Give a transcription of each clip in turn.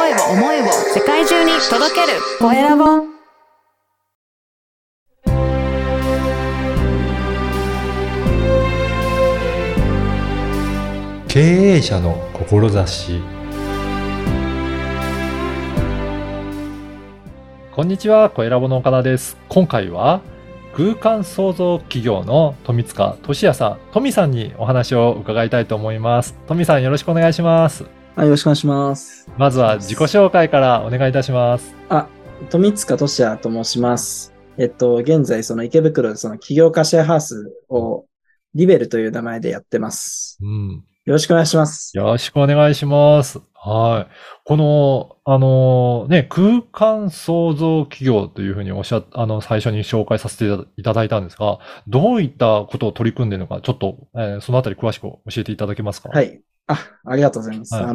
声を世界中に届けるコエラボ。 経営者の志。こんにちは、コエラボの岡田です。今回は空間創造企業の富塚俊也さん、富さんにお話を伺いたいと思います。富さん、よろしくお願いします。 よろしくお願いします。 まずは自己紹介からお願いいたします。 富塚俊也と申します。現在その池袋でその起業家シェアハウスをリベルという名前でやってます。よろしくお願いします。 よろしくお願いします。はい。この、空間創造企業というふうに最初に紹介させていただいたんですが、どういったことを取り組んでいるのか、ちょっと、そのあたり詳しく教えていただけますか？ はい。ありがとうございます。 はい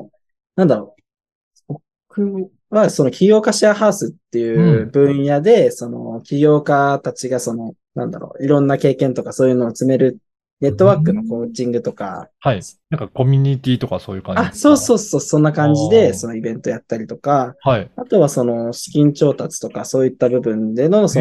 僕はその起業家シェアハウスっていう分野で、その起業家たちがいろんな経験とかそういうのを詰めるネットワークのコーチングとか。 はい。なんかコミュニティとかそういう感じですか？そう、そんな感じで、そのイベントやったりとか、 はい。 あとはその資金調達とかそういった部分での、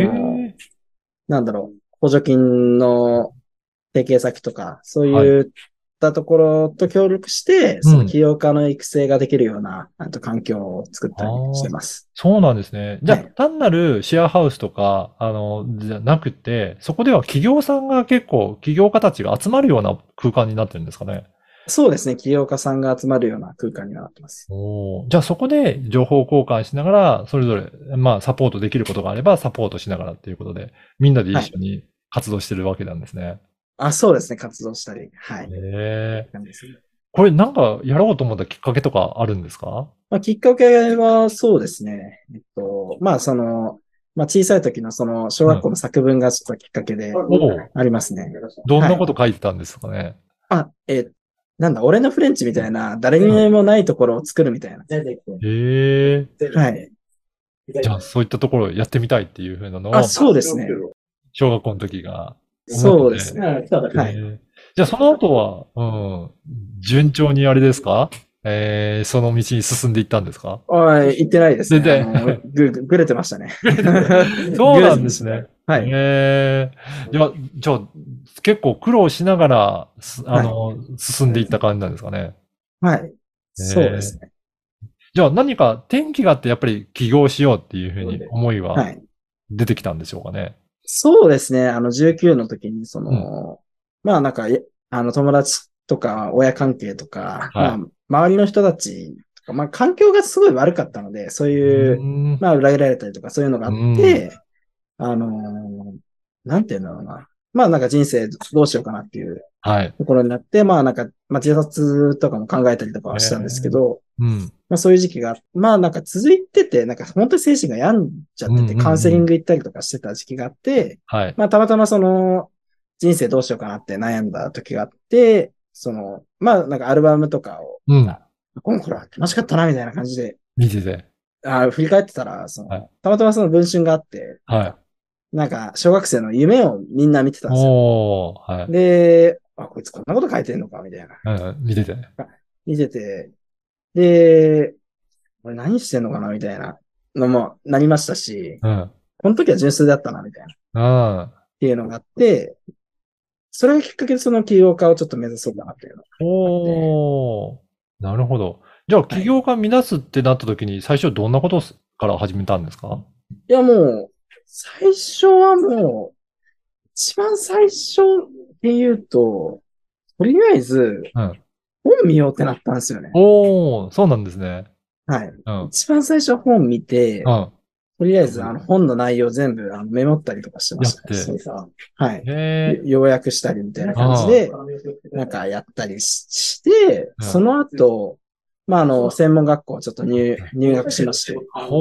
補助金の提携先とか、そういったところと協力して、その起業家の育成ができるような、環境を作ったりしてます。 そうなんですね。じゃあ、単なるシェアハウスとか、じゃなくて、そこでは企業さんが結構、起業家たちが集まるような空間になってるんですかね？ そうですね。起業家さんが集まるような空間になってます。 じゃあそこで情報交換しながら、それぞれ、サポートできることがあればサポートしながらっていうことで、みんなで一緒に活動してるわけなんですね。 そうですね。活動したり。はい。 これなんかやろうと思ったきっかけとかあるんですか？ きっかけはそうですね。小さい時のその小学校の作文がちょっときっかけでありますね。 どんなこと書いてたんですかね？ 俺のフレンチみたいな、誰にもないところを作るみたいな。はい。 じゃあ、そういったところをやってみたいっていう風なのを。 そうですね。 小学校の時が。 そうですね。はい。 じゃあ、その後は、順調にあれですか？その道に進んでいったんですか？ 行ってないですね。ぐれてましたね。 そうなんですね。 はい。 じゃあ、結構苦労しながら、進んでいった感じなんですかね。 はい。そうですね。 じゃあ何か転機があってやっぱり起業しようっていうふうに思いは出てきたんでしょうかね。 そうですね。19の時に、友達とか親関係とか、周りの人たちとか、環境がすごい悪かったので、そういう、裏切られたりとかそういうのがあって、なんていうんだろうな。人生どうしようかなっていうところになって、自殺とかも考えたりとかはしたんですけど、そういう時期が、続いてて、本当に精神が病んじゃってて、カウンセリング行ったりとかしてた時期があって、たまたま人生どうしようかなって悩んだ時があって、アルバムとかを、この頃は楽しかったな、みたいな感じで。 見てて。 振り返ってたら、たまたまその文春があって、小学生の夢をみんな見てたんですよ。で、こいつこんなこと書いてんのかみたいな。見てて。で、俺何してんのかなみたいなのもなりましたし、この時は純粋だったな、みたいな。っていうのがあって、それがきっかけでその起業家をちょっと目指そうかなっていうの。 なるほど。じゃあ起業家目指すってなった時に最初どんなことから始めたんですか？ いやもう、最初はもう、一番最初って言うと、とりあえず、本見ようってなったんですよね。 そうなんですね。 はい。一番最初本見て、とりあえず本の内容全部メモったりとかしてましたね。はい。要約したりみたいな感じで、やったりして、その後、専門学校ちょっと入学しまして。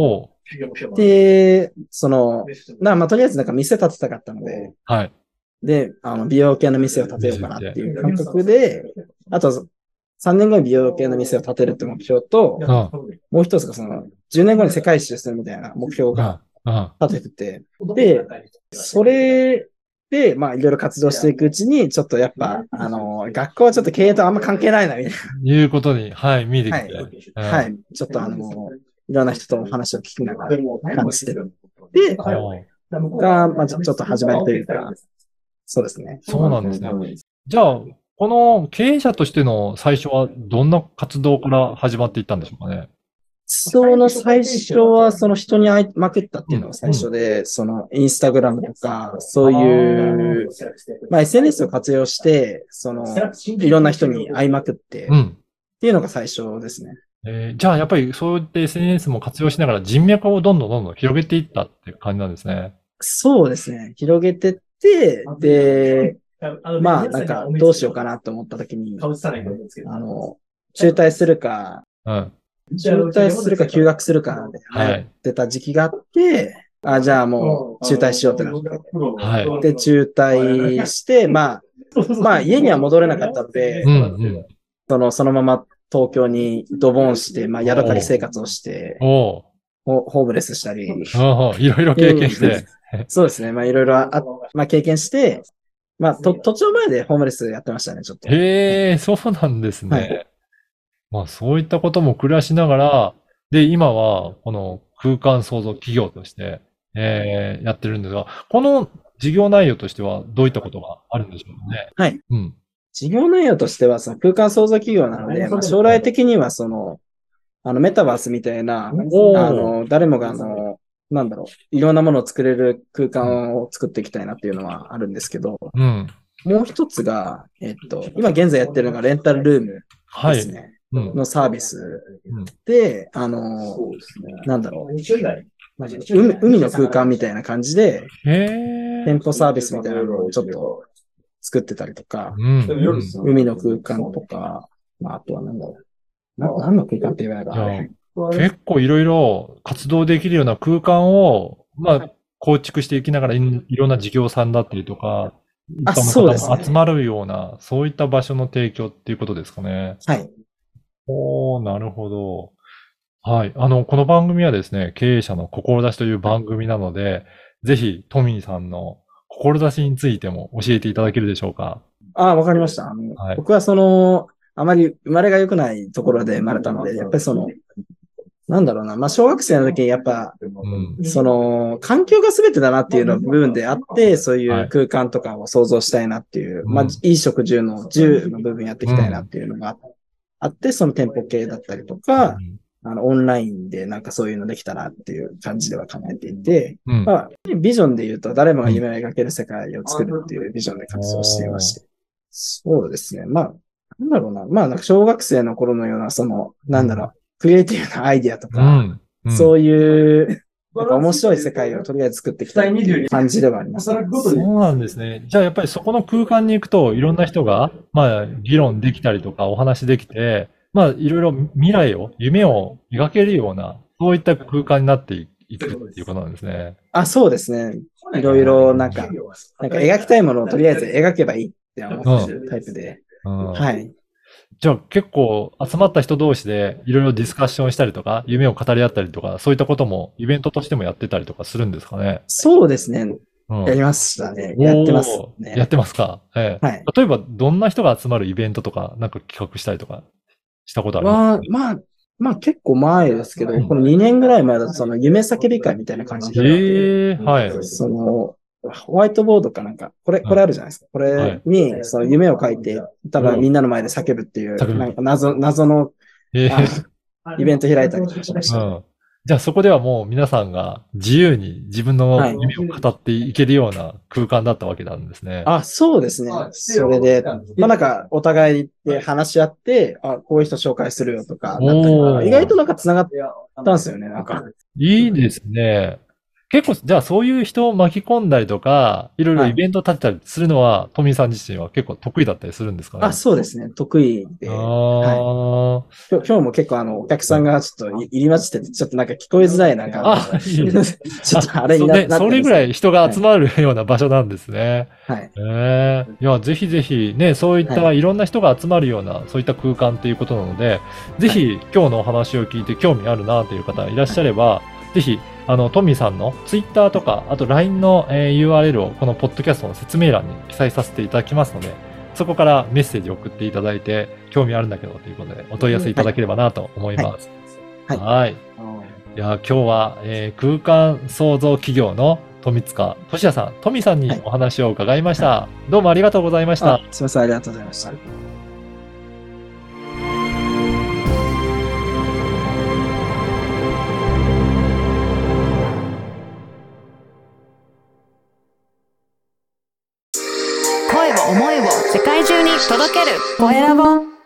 で、とりあえず店建てたかったので、で、美容系の店を建てようかなっていう感覚で、あと、3年後に美容系の店を建てるって目標と、もう一つが10年後に世界一周するみたいな目標が立ててて、で、それで、まあ、いろいろ活動していくうちに、ちょっとやっぱ、学校はちょっと経営とあんま関係ないな、みたいな。 いうことに、はい、見えてきて。 はい。ちょっといろんな人とお話を聞きながら感じてる。で、まあ、ちょっと始まりというか、そうですね。 そうなんですね。じゃあ、この経営者としての最初はどんな活動から始まっていったんでしょうかね。 その最初はその人に会いまくったっていうのが最初で、そのインスタグラムとか、そういう、まあ SNS を活用して、いろんな人に会いまくって、っていうのが最初ですね。 じゃあやっぱりそういった SNS も活用しながら人脈をどんどん広げていったっていう感じなんですね。 そうですね。広げてって、で、まあなんかどうしようかなと思った時に、中退するか、中退するか休学するかでやってた時期があって、じゃあもう中退しようってなって、で、中退して、まあ家には戻れなかったので、そのまま東京にドボンして、まあヤドカリ生活をして、ホームレスしたり。いろいろ経験して。 そうですね。まあいろいろまあ経験して、まあ途中までホームレスやってましたね、ちょっと。 へえ、そうなんですね。まあそういったことも暮らしながら、で、今はこの空間創造企業として、やってるんですが、この事業内容としてはどういったことがあるんでしょうかね。 はい。事業内容としては、その空間創造企業なので、まあ、将来的にはメタバースみたいな、誰もがなんだろう、いろんなものを作れる空間を作っていきたいなっていうのはあるんですけど、もう一つが、今現在やってるのがレンタルルームですね。のサービスで、なんだろう、海の空間みたいな感じで、店舗サービスみたいなのをちょっと作ってたりとか、海の空間とか、まあ、あとはなんだろう、何の空間って言われば結構いろいろ活動できるような空間を、まあ、構築していきながらいろんな事業さんだったりとか、一般の方も集まるような、そういった場所の提供っていうことですかね。 はい。 なるほど。はい。この番組はですね、経営者の志という番組なので、ぜひトミーさんの志についても教えていただけるでしょうか。 わかりました。僕はあまり生まれが良くないところで生まれたので、やっぱりなんだろうな。まあ、小学生の時にやっぱ、環境が全てだなっていうの部分であって、そういう空間とかを想像したいなっていう、まあ、衣食住の部分やっていきたいなっていうのがあって、その店舗系だったりとか、オンラインでなんかそういうのできたらっていう感じでは考えていて、まあ、ビジョンで言うと誰もが夢を描ける世界を作るっていうビジョンで活動していまして。そうですね。まあ、なんだろうな。まあ、なんか小学生の頃のような、なんだろう、クリエイティブなアイディアとか、そういう、なんか面白い世界をとりあえず作っていきたいっていう感じではあります、ね。 そうなんですね。じゃあやっぱりそこの空間に行くといろんな人が、まあ議論できたりとかお話できて、まあいろいろ未来を、夢を描けるような、そういった空間になっていくっていうことなんですね。 そうですね。いろいろなんか描きたいものをとりあえず描けばいいって思ってるタイプで。はい。 じゃあ結構集まった人同士でいろいろディスカッションしたりとか、夢を語り合ったりとか、そういったこともイベントとしてもやってたりとかするんですかね。 そうですね。やりましたね。やってますね。 やってますか。はい。例えばどんな人が集まるイベントとか、なんか企画したりとかしたことありますか？まあ結構前ですけど、この2年ぐらい前だと夢叫び会みたいな感じで。 はい。 ホワイトボードかなんか、これあるじゃないですか。これに、夢を書いて、ただみんなの前で叫ぶっていう、なんか謎の、イベント開いたりしました。 じゃあそこではもう皆さんが自由に自分の夢を語っていけるような空間だったわけなんですね。 そうですね。それで、まあなんかお互いで話し合って、こういう人紹介するよとか、意外となんか繋がったんですよね、なんか。 いいですね。結構、じゃあそういう人を巻き込んだりとか、いろいろイベント立てたりするのは、トミーさん自身は結構得意だったりするんですかね。 そうですね。得意で。今日も結構お客さんがちょっと入り混じってて、ちょっとなんか聞こえづらいなんか。ちょっとあれになって、 それぐらい人が集まるような場所なんですね。いや、ぜひぜひね、そういったいろんな人が集まるような、そういった空間っていうことなので、ぜひ今日のお話を聞いて興味あるなという方いらっしゃれば、ぜひトミーさんのツイッターとか、あと LINE の、URL をこのポッドキャストの説明欄に記載させていただきますので、そこからメッセージを送っていただいて、興味あるんだけどということで、お問い合わせいただければなと思います。はい。いや、今日は、空間創造企業の富塚俊也さん、トミさんにお話を伺いました。どうもありがとうございました。 すみません、ありがとうございました。 声を思いを世界中に届けるコエラボ。